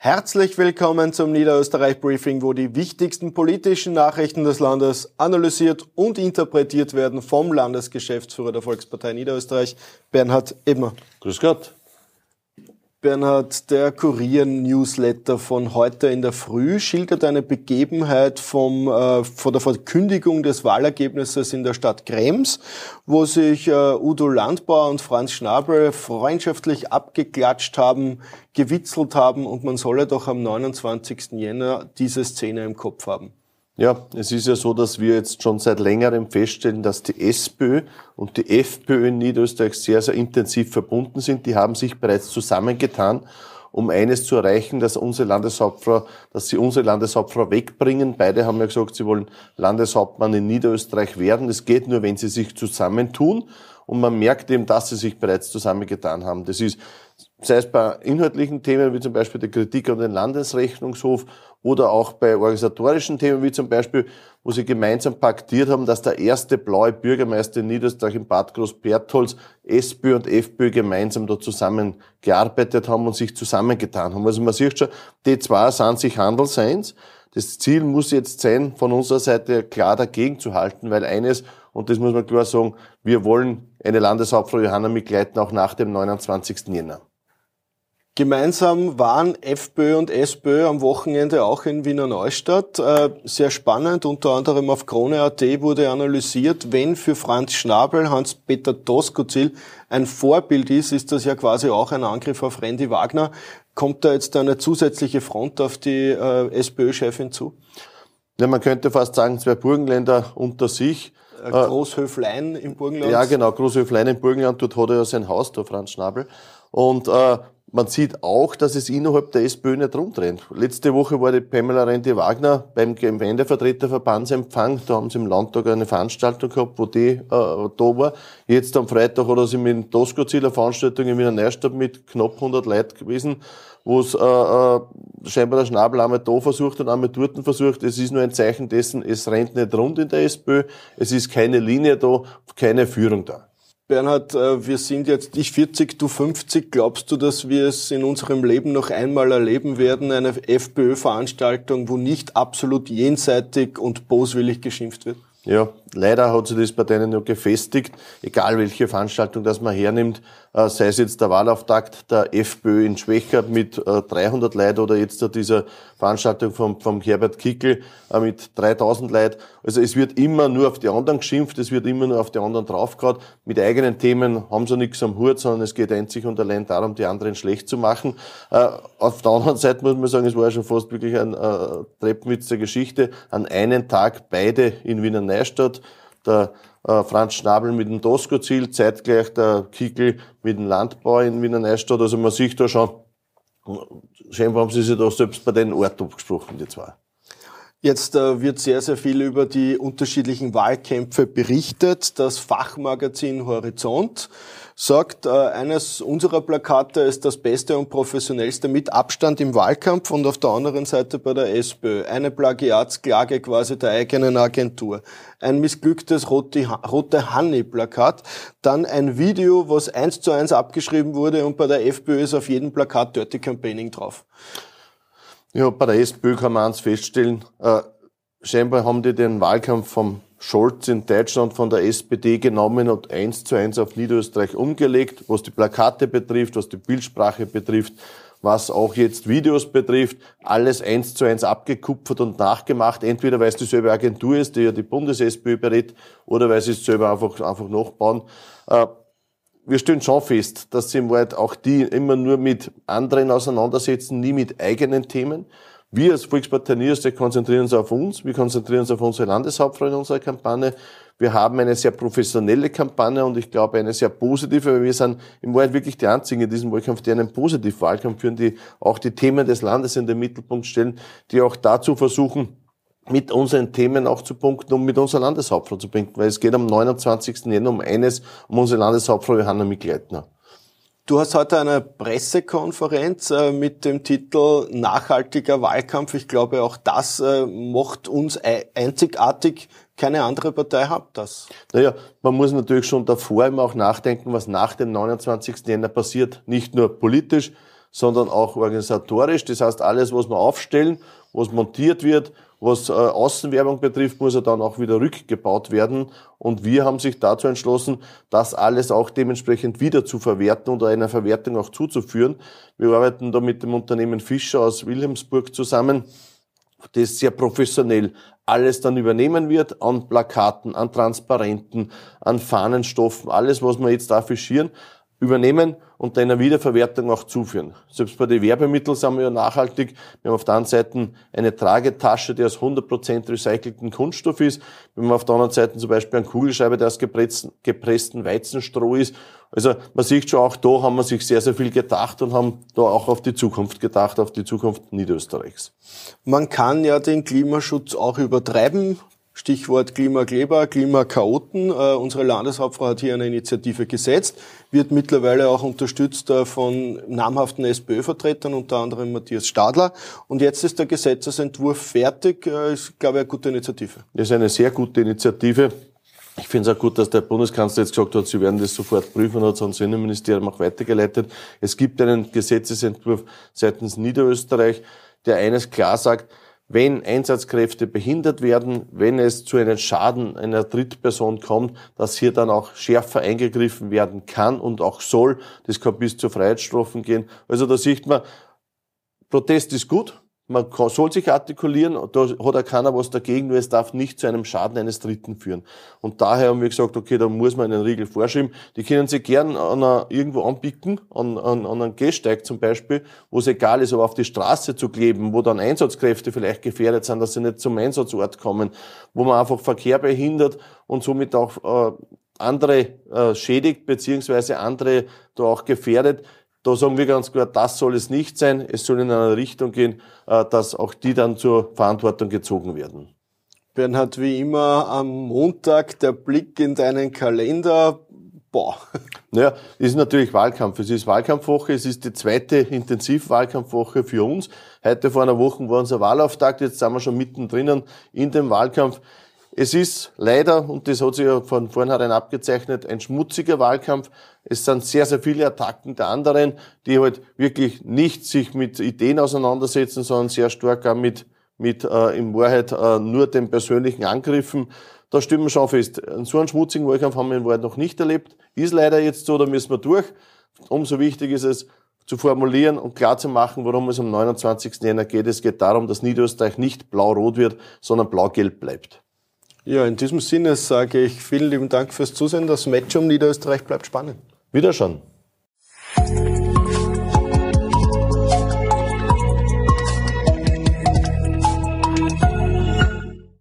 Herzlich willkommen zum Niederösterreich-Briefing, wo die wichtigsten politischen Nachrichten des Landes analysiert und interpretiert werden vom Landesgeschäftsführer der Volkspartei Niederösterreich, Bernhard Ebner. Grüß Gott. Bernhard, der Kurier-Newsletter von heute in der Früh schildert eine Begebenheit von der Verkündigung des Wahlergebnisses in der Stadt Krems, wo sich Udo Landbauer und Franz Schnabel freundschaftlich abgeklatscht haben, gewitzelt haben und man solle doch am 29. Jänner diese Szene im Kopf haben. Ja, es ist ja so, dass wir jetzt schon seit längerem feststellen, dass die SPÖ und die FPÖ in Niederösterreich sehr, sehr intensiv verbunden sind. Die haben sich bereits zusammengetan, um eines zu erreichen, dass sie unsere Landeshauptfrau wegbringen. Beide haben ja gesagt, sie wollen Landeshauptmann in Niederösterreich werden. Das geht nur, wenn sie sich zusammentun. Und man merkt eben, dass sie sich bereits zusammengetan haben. Das ist, sei es bei inhaltlichen Themen, wie zum Beispiel der Kritik an den Landesrechnungshof, oder auch bei organisatorischen Themen, wie zum Beispiel, wo sie gemeinsam paktiert haben, dass der erste blaue Bürgermeister in Niederösterreich, in Bad Großbertholz, SPÖ und FPÖ gemeinsam da zusammengearbeitet haben und sich zusammengetan haben. Also man sieht schon, die zwei sind sich handelseins. Das Ziel muss jetzt sein, von unserer Seite klar dagegen zu halten, weil eines, und das muss man klar sagen, wir wollen eine Landeshauptfrau Johanna begleiten, auch nach dem 29. Jänner. Gemeinsam waren FPÖ und SPÖ am Wochenende auch in Wiener Neustadt. Sehr spannend, unter anderem auf Krone.at wurde analysiert, wenn für Franz Schnabel Hans-Peter Doskozil ein Vorbild ist das ja quasi auch ein Angriff auf Randy Wagner. Kommt da jetzt eine zusätzliche Front auf die SPÖ-Chefin zu? Ja, man könnte fast sagen, zwei Burgenländer unter sich. Großhöflein im Burgenland? Ja, genau, Großhöflein im Burgenland, dort hat er ja sein Haus, der Franz Schnabel. Und man sieht auch, dass es innerhalb der SPÖ nicht rumdreht. Letzte Woche war die Pamela Rendi-Wagner beim Gemeindevertreterverbandsempfang. Da haben sie im Landtag eine Veranstaltung gehabt, wo die da war. Jetzt am Freitag hat er sich mit dem Doskozil eine Veranstaltung in Wiener Neustadt mit knapp 100 Leuten gewesen, wo es scheinbar der Schnabel einmal da versucht und einmal dort versucht. Es ist nur ein Zeichen dessen, es rennt nicht rund in der SPÖ. Es ist keine Linie da, keine Führung da. Bernhard, wir sind jetzt, ich 40, du 50. Glaubst du, dass wir es in unserem Leben noch einmal erleben werden, eine FPÖ-Veranstaltung, wo nicht absolut jenseitig und boswillig geschimpft wird? Ja, leider hat sich das bei denen noch gefestigt, egal welche Veranstaltung das man hernimmt, sei es jetzt der Wahlauftakt der FPÖ in Schwächert mit 300 Leuten oder jetzt dieser Veranstaltung vom Herbert Kickl mit 3000 Leuten. Also es wird immer nur auf die anderen geschimpft, es wird immer nur auf die anderen draufgehauen. Mit eigenen Themen haben sie nichts am Hut, sondern es geht einzig und allein darum, die anderen schlecht zu machen. Auf der anderen Seite muss man sagen, es war ja schon fast wirklich ein Treppenwitz der Geschichte. An einem Tag beide in Wiener Neustadt, der Franz Schnabel mit dem Doskozil, zeitgleich der Kickl mit dem Landbauer in Wiener Neustadt. Also man sieht da schon, scheinbar haben sie sich da selbst bei den Ort abgesprochen, die zwei. Jetzt wird sehr, sehr viel über die unterschiedlichen Wahlkämpfe berichtet. Das Fachmagazin Horizont sagt, eines unserer Plakate ist das beste und professionellste mit Abstand im Wahlkampf und auf der anderen Seite bei der SPÖ eine Plagiatsklage quasi der eigenen Agentur. Ein missglücktes rote Hanni-Plakat, dann ein Video, was 1:1 abgeschrieben wurde und bei der FPÖ ist auf jedem Plakat Dirty Campaigning drauf. Ja, bei der SPÖ kann man eins feststellen, scheinbar haben die den Wahlkampf vom Scholz in Deutschland von der SPD genommen und 1:1 auf Niederösterreich umgelegt, was die Plakate betrifft, was die Bildsprache betrifft, was auch jetzt Videos betrifft, alles 1:1 abgekupfert und nachgemacht, entweder weil es dieselbe Agentur ist, die ja die Bundes-SPÖ berät, oder weil sie es selber einfach nachbauen. Wir stellen schon fest, dass sie im Wahrheit auch die immer nur mit anderen auseinandersetzen, nie mit eigenen Themen. Wir als Volkspartei Niederösterreich konzentrieren uns auf uns, wir konzentrieren uns auf unsere Landeshauptfrau in unserer Kampagne. Wir haben eine sehr professionelle Kampagne und ich glaube eine sehr positive, weil wir sind im Wahrheit wirklich die einzigen in diesem Wahlkampf, die einen positiven Wahlkampf führen, die auch die Themen des Landes in den Mittelpunkt stellen, die auch dazu versuchen, mit unseren Themen auch zu punkten, um mit unserer Landeshauptfrau zu punkten, weil es geht am 29. Jänner um unsere Landeshauptfrau Johanna Mikl-Leitner. Du hast heute eine Pressekonferenz mit dem Titel Nachhaltiger Wahlkampf. Ich glaube, auch das macht uns einzigartig. Keine andere Partei hat das. Naja, man muss natürlich schon davor immer auch nachdenken, was nach dem 29. Jänner passiert. Nicht nur politisch, sondern auch organisatorisch. Das heißt, alles, was wir aufstellen, was montiert wird, was Außenwerbung betrifft, muss ja dann auch wieder rückgebaut werden. Und wir haben sich dazu entschlossen, das alles auch dementsprechend wieder zu verwerten oder einer Verwertung auch zuzuführen. Wir arbeiten da mit dem Unternehmen Fischer aus Wilhelmsburg zusammen, das sehr professionell alles dann übernehmen wird, an Plakaten, an Transparenten, an Fahnenstoffen, alles, was wir jetzt affichieren, übernehmen und einer Wiederverwertung auch zuführen. Selbst bei den Werbemitteln sind wir ja nachhaltig. Wir haben auf der einen Seite eine Tragetasche, die aus 100% recycelten Kunststoff ist. Wir haben auf der anderen Seite zum Beispiel eine Kugelschreiber, der aus gepressten Weizenstroh ist. Also man sieht schon, auch da haben wir sich sehr, sehr viel gedacht und haben da auch auf die Zukunft gedacht, auf die Zukunft Niederösterreichs. Man kann ja den Klimaschutz auch übertreiben. Stichwort Klimakleber, Klimakaoten. Unsere Landeshauptfrau hat hier eine Initiative gesetzt, wird mittlerweile auch unterstützt von namhaften SPÖ-Vertretern, unter anderem Matthias Stadler. Und jetzt ist der Gesetzesentwurf fertig. Ist, glaube ich, eine gute Initiative. Das ist eine sehr gute Initiative. Ich finde es auch gut, dass der Bundeskanzler jetzt gesagt hat, sie werden das sofort prüfen und hat es ans Innenministerium auch weitergeleitet. Es gibt einen Gesetzesentwurf seitens Niederösterreich, der eines klar sagt: Wenn Einsatzkräfte behindert werden, wenn es zu einem Schaden einer Drittperson kommt, dass hier dann auch schärfer eingegriffen werden kann und auch soll. Das kann bis zu Freiheitsstrafen gehen. Also da sieht man, Protest ist gut. Man soll sich artikulieren, da hat auch keiner was dagegen, nur es darf nicht zu einem Schaden eines Dritten führen. Und daher haben wir gesagt, okay, da muss man einen Riegel vorschieben. Die können sich gern irgendwo anpicken, an einem Gehsteig zum Beispiel, wo es egal ist, aber auf die Straße zu kleben, wo dann Einsatzkräfte vielleicht gefährdet sind, dass sie nicht zum Einsatzort kommen, wo man einfach Verkehr behindert und somit auch andere schädigt, beziehungsweise andere da auch gefährdet. Da sagen wir ganz klar, das soll es nicht sein. Es soll in eine Richtung gehen, dass auch die dann zur Verantwortung gezogen werden. Bernhard, wie immer am Montag der Blick in deinen Kalender. Boah. Naja, es ist natürlich Wahlkampf. Es ist Wahlkampfwoche. Es ist die zweite Intensivwahlkampfwoche für uns. Heute vor einer Woche war unser Wahlauftakt. Jetzt sind wir schon mittendrin in dem Wahlkampf. Es ist leider, und das hat sich ja von vornherein abgezeichnet, ein schmutziger Wahlkampf. Es sind sehr, sehr viele Attacken der anderen, die halt wirklich nicht sich mit Ideen auseinandersetzen, sondern sehr stark auch mit in Wahrheit nur den persönlichen Angriffen. Da stimmen wir schon fest. So einen schmutzigen Wahlkampf haben wir in Wahrheit noch nicht erlebt. Ist leider jetzt so, da müssen wir durch. Umso wichtig ist es, zu formulieren und klar zu machen, worum es am 29. Jänner geht. Es geht darum, dass Niederösterreich nicht blau-rot wird, sondern blau-gelb bleibt. Ja, in diesem Sinne sage ich vielen lieben Dank fürs Zusehen. Das Match um Niederösterreich bleibt spannend. Wiederschauen.